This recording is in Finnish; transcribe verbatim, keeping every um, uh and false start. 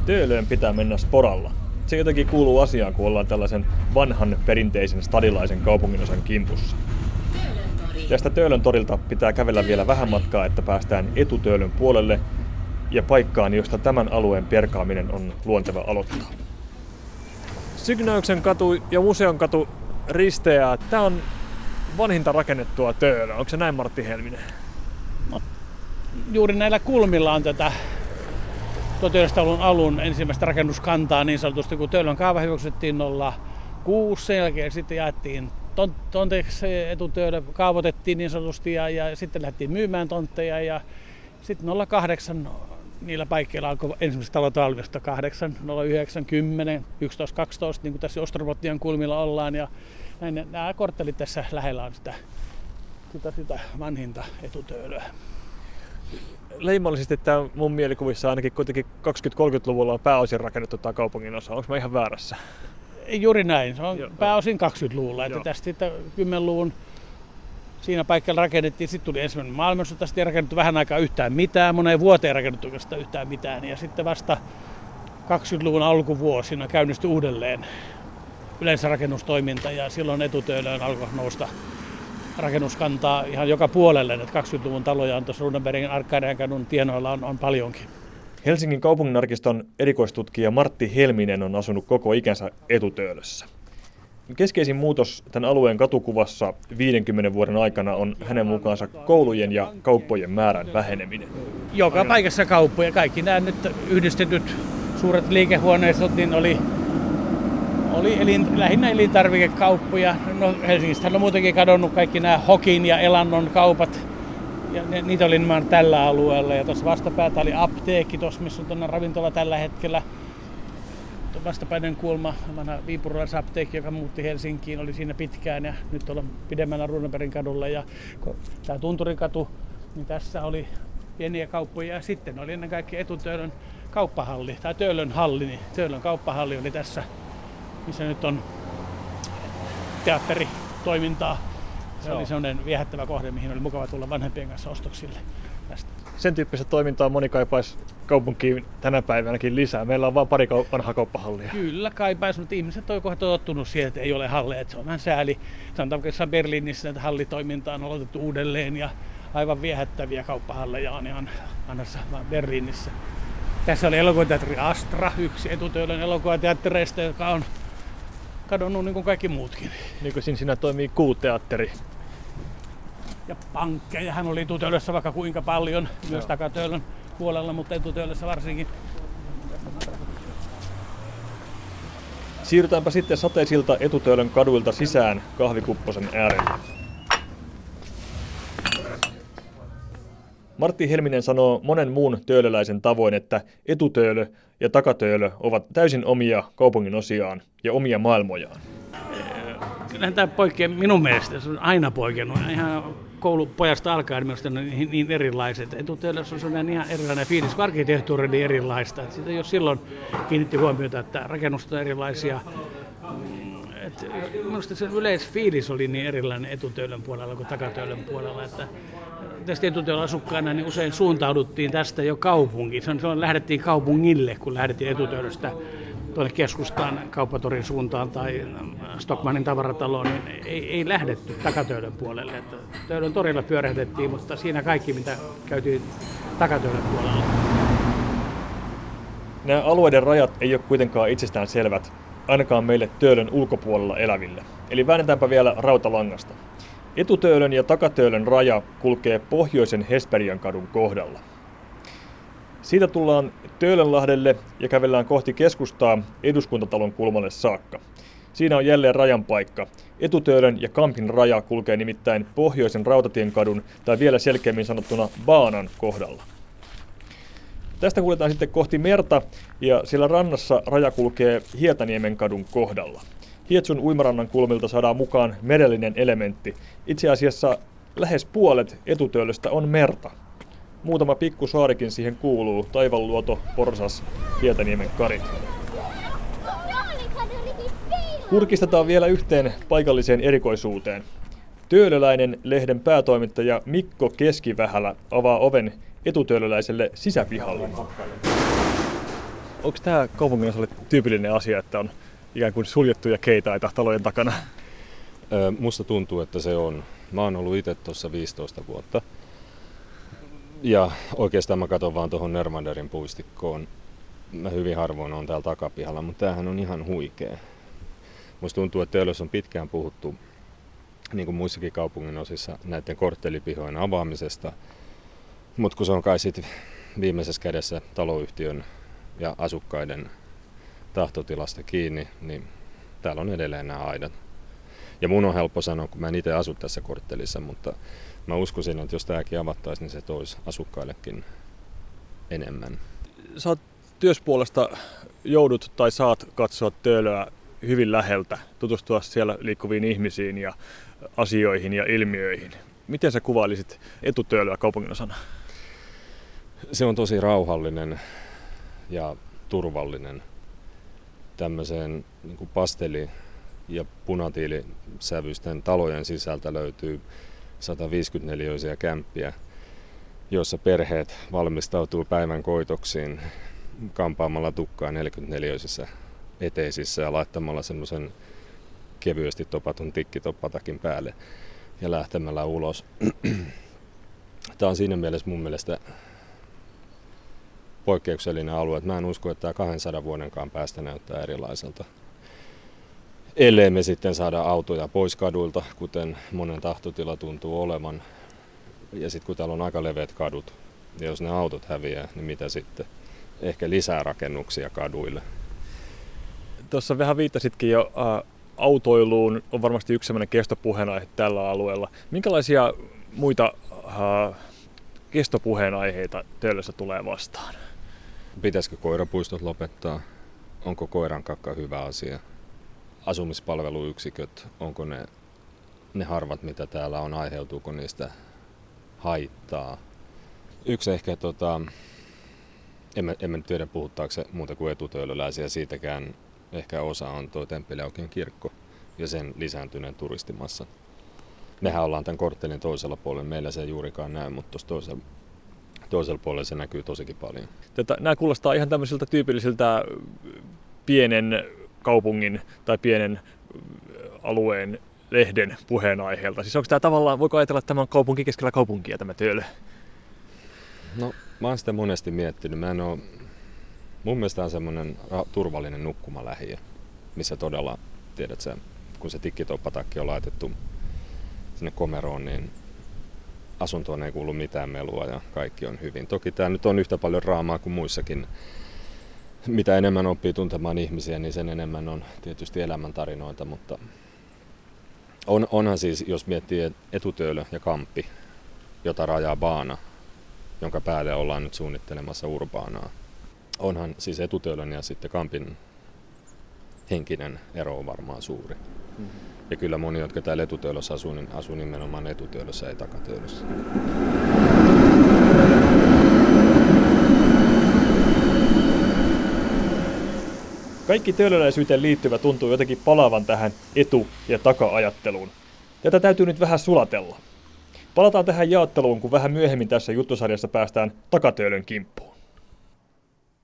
Töölöön pitää mennä sporalla. Se jotenkin kuuluu asiaan, kun ollaan tällaisen vanhan perinteisen stadilaisen kaupunginosan kimpussa. Tästä Töölön torilta pitää kävellä vielä vähän matkaa, että päästään Etu-Töölön puolelle ja paikkaan, josta tämän alueen perkaaminen on luonteva aloittaa. Sygnäyksen katu ja Museon katu risteää. Tämä on vanhinta rakennettua Töölöä. Onko se näin, Martti Helminen? No, juuri näillä kulmilla on tätä tuhatyhdeksänsataaluvun alun ensimmäistä rakennuskantaa niin sanotusti, kun Töölön kaava hyväksyttiin nolla kuusi, sen jälkeen sitten jaettiin tonteiksi Etu-Töölö, kaavoitettiin niin sanotusti ja, ja sitten lähdettiin myymään tontteja ja sitten nolla kahdeksan niillä paikkeilla alkoi ensimmäiset talot valmistua kahdeksan, nolla yhdeksän, kymmenen, yksitoista, kaksitoista, niin kuin tässä Ostrobotnian kulmilla ollaan ja näin, nämä korttelit tässä lähellä on sitä, sitä, sitä vanhinta Etu-Töölöä. Leimallisesti tämä mun mielikuvissa ainakin kuitenkin kaksikymmentä-kolmekymmentäluvulla on pääosin rakennettu tämä kaupungin osa. Onko mä ihan väärässä? Juuri näin. Se on Joo. pääosin kaksikymmentäluvulla. Että tästä sitten kymmenluvun siinä paikalla rakennettiin. Sitten tuli ensimmäinen maailmansota. Sitten ei rakennettu vähän aikaa yhtään mitään. Moneen vuoteen ei rakennettu yhtään mitään. Ja sitten vasta kaksikymmentäluvun alkuvuosina käynnistyi uudelleen yleensä rakennustoiminta. Ja silloin Etu-Töölöön alkoi nousta rakennuskantaa ihan joka puolelle. Että kaksikymmentäluvun taloja on tuossa Runebergin Arkadiankadun tienoilla on, on paljonkin. Helsingin kaupunginarkiston erikoistutkija Martti Helminen on asunut koko ikänsä Etu-Töölössä. Keskeisin muutos tämän alueen katukuvassa viidenkymmenen vuoden aikana on hänen mukaansa koulujen ja kauppojen määrän väheneminen. Joka paikassa kauppoja. Kaikki nämä nyt yhdistetyt suuret liikehuoneistot niin oli, oli elin, lähinnä elintarvikekauppoja. No, Helsingistä on muutenkin kadonnut kaikki nämä Hokin ja Elannon kaupat. Ja ne, niitä oli nimenomaan tällä alueella. Ja tuossa vastapäätä oli apteekki, tuossa missä on tuonne ravintola tällä hetkellä. Tuo vastapäinen kulma, vanha viipurilaisapteekki, joka muutti Helsinkiin, oli siinä pitkään. Ja nyt ollaan pidemmällä Runebergin kadulla. Ja tämä Tunturikatu, niin tässä oli pieniä kauppoja. Ja sitten oli ennen kaikkea Etu-Töölön kauppahalli, tai Töölön halli. Niin Töölön kauppahalli oli tässä, missä nyt on teatteritoimintaa. Se Joo. oli sellainen viehättävä kohde, mihin oli mukava tulla vanhempien kanssa ostoksille tästä. Sen tyyppistä toimintaa moni kaipaisi kaupunkiin tänä päivänäkin lisää. Meillä on vain pari kaup- vanhaa kauppahallia. Kyllä kaipaisi, mutta ihmiset on kohta tottunut siihen, että ei ole halleja. Se on vähän sääli. Sanotaan, että Berliinissä näitä hallitoimintaa on aloitettu uudelleen ja aivan viehättäviä kauppahalleja on ihan vanhassa Berliinissä. Tässä oli elokuvateatteri Astra, yksi Etu-Töölön elokuvateattereista, joka on kadonnut niin kuin kaikki muutkin. Niin kuin siinä toimii Q-teatteri. Ja pankkeja hän oli Etu-Töölössä vaikka kuinka paljon, myös Takatöölön puolella, mutta Etu-Töölössä varsinkin. Siirrytäänpä sitten sateisilta Etu-Töölön kaduilta sisään kahvikupposen äärelle. Martti Helminen sanoo monen muun töölöläisen tavoin, että Etu-Töölö ja Takatöölö ovat täysin omia kaupungin osiaan ja omia maailmojaan. Kyllähän tämä poikkeaa minun mielestä, se on aina poikennut. Ihan koulupojasta alkaen minusta ne on niin, niin erilaiset. Etu-Töölössä on sellainen ihan erilainen fiilis, kun arkkitehtuuri oli erilaista. Et siitä jo silloin kiinnitti huomiota, että rakennukset on erilaisia. Et minusta se yleisfiilis oli niin erilainen Etu-Töölön puolella kuin Takatöölön puolella, että tästä Etu-Töölön asukkaana niin usein suuntauduttiin tästä jo kaupunkiin. Silloin lähdettiin kaupungille, kun lähdettiin Etu-Töölöstä tuonne keskustaan, Kauppatorin suuntaan tai Stockmannin tavarataloon, niin ei, ei lähdetty Takatöölön puolelle. Että Töölön torilla pyörähdettiin, mutta siinä kaikki, mitä käytiin Takatöölön puolella. Nämä alueiden rajat ei ole kuitenkaan itsestään selvät, ainakaan meille Töölön ulkopuolella eläville. Eli väännetäänpä vielä rautalangasta. Etu-Töölön ja Takatöölön raja kulkee pohjoisen Hesperiankadun kohdalla. Siitä tullaan Töölönlahdelle ja kävellään kohti keskustaa Eduskuntatalon kulmalle saakka. Siinä on jälleen rajan paikka. Etu-Töölön ja Kampin raja kulkee nimittäin pohjoisen Rautatienkadun tai vielä selkeämmin sanottuna Baanan kohdalla. Tästä kuljetaan sitten kohti merta ja siellä rannassa raja kulkee Hietaniemen kadun kohdalla. Hietsun uimarannan kulmilta saadaan mukaan merellinen elementti. Itse asiassa lähes puolet Etu-Töölöstä on merta. Muutama pikku saarikin siihen kuuluu, Taivanluoto, Porsas, Hietaniemen karit. Kurkistetaan vielä yhteen paikalliseen erikoisuuteen. Töölöläinen lehden päätoimittaja Mikko Keskivähälä avaa oven etutöölöläiselle sisäpihalle. Onko tämä kaupungin osalle tyypillinen asia, että on ikään kuin suljettuja keitaita talojen takana? Öö, musta tuntuu, että se on. Mä oon ollut itse tuossa viisitoista vuotta. Ja oikeastaan mä katson vaan tuohon Nermanderin puistikkoon. Mä hyvin harvoin on täällä takapihalla, mutta tämähän on ihan huikea. Musta tuntuu, että Töölössä on pitkään puhuttu, niin kuin muissakin kaupungin osissa, näiden korttelipihojen avaamisesta. Mutta kun se on kai sitten viimeisessä kädessä taloyhtiön ja asukkaiden tahtotilasta kiinni, niin täällä on edelleen nämä aidat. Ja mun on helppo sanoa, kun mä en itse asu tässä korttelissa, mutta mä uskoisin, että jos tämäkin avattaisiin, niin se toisi asukkaillekin enemmän. Sä oot työspuolesta joudut tai saat katsoa Töölöä hyvin läheltä, tutustua siellä liikkuviin ihmisiin ja asioihin ja ilmiöihin. Miten sä kuvailisit Etu-Töölöä kaupunginosana? Se on tosi rauhallinen ja turvallinen. Tämmöiseen niin kuin pasteli- ja punatiilisävyisten talojen sisältä löytyy sata viisikymmentäneljäisiä kämppiä, joissa perheet valmistautuu päivän koitoksiin kampaamalla tukkaa neljäkymmentäneljäisissä eteisissä ja laittamalla semmoisen kevyesti topatun tikkitoppatakin päälle ja lähtemällä ulos. Tämä on siinä mielessä mun mielestä poikkeuksellinen alue, että mä en usko, että tämä kahdensadan vuodenkaan päästä näyttää erilaiselta. Ellei me sitten saada autoja pois kaduilta, kuten monen tahtotila tuntuu olevan. Ja sitten kun täällä on aika leveät kadut, ja jos ne autot häviää, niin mitä sitten? Ehkä lisää rakennuksia kaduille. Tuossa vähän viittasitkin jo äh, autoiluun, on varmasti yksi sellainen kestopuheenaihe tällä alueella. Minkälaisia muita äh, kestopuheenaiheita Töölössä tulee vastaan? Pitäisikö koirapuistot lopettaa? Onko koiran kakka hyvä asia? Asumispalveluyksiköt, onko ne, ne harvat, mitä täällä on, aiheutuuko niistä haittaa? Yksi ehkä, tota, en, mä, en mä tiedä puhuttaako se muuta kuin etutöölöläisiä, siitäkään ehkä osa on tuo Temppeliaukion kirkko ja sen lisääntyneen turistimassa. Mehän ollaan tämän korttelin toisella puolella, meillä se ei juurikaan näy, mutta tuossa toisella, toisella puolella se näkyy tosikin paljon. Tätä, nämä kuulostaa ihan tämmöisiltä tyypillisiltä pienen kaupungin tai pienen alueen lehden puheenaiheelta. Siis onko tämä tavallaan, voiko ajatella, että tämä on kaupunki keskellä kaupunkia tämä Töölö? No, mä oon sitä monesti miettinyt. Mä en oo, mun mielestä on semmoinen turvallinen nukkumalähiö, missä todella, tiedät sä, kun se tikkitoppatakki on laitettu sinne komeroon, niin asuntoon ei kuulu mitään melua ja kaikki on hyvin. Toki tää nyt on yhtä paljon draamaa kuin muissakin. Mitä enemmän oppii tuntemaan ihmisiä, niin sen enemmän on tietysti elämäntarinoita, mutta on, onhan siis, jos miettii Etutöölö ja Kamppi, jota rajaa baana, jonka päälle ollaan nyt suunnittelemassa urbaanaa. Onhan siis Etutöölön ja sitten Kampin henkinen ero on varmaan suuri. Mm-hmm. Ja kyllä moni, jotka täällä Etutöölössä asuu, niin asuu nimenomaan Etutöölössä, ei Takatöölössä. Kaikki töölöläisyyteen liittyvä tuntuu jotenkin palaavan tähän etu- ja taka-ajatteluun. Tätä täytyy nyt vähän sulatella. Palataan tähän jaotteluun, kun vähän myöhemmin tässä juttusarjassa päästään Takatöölön kimppuun.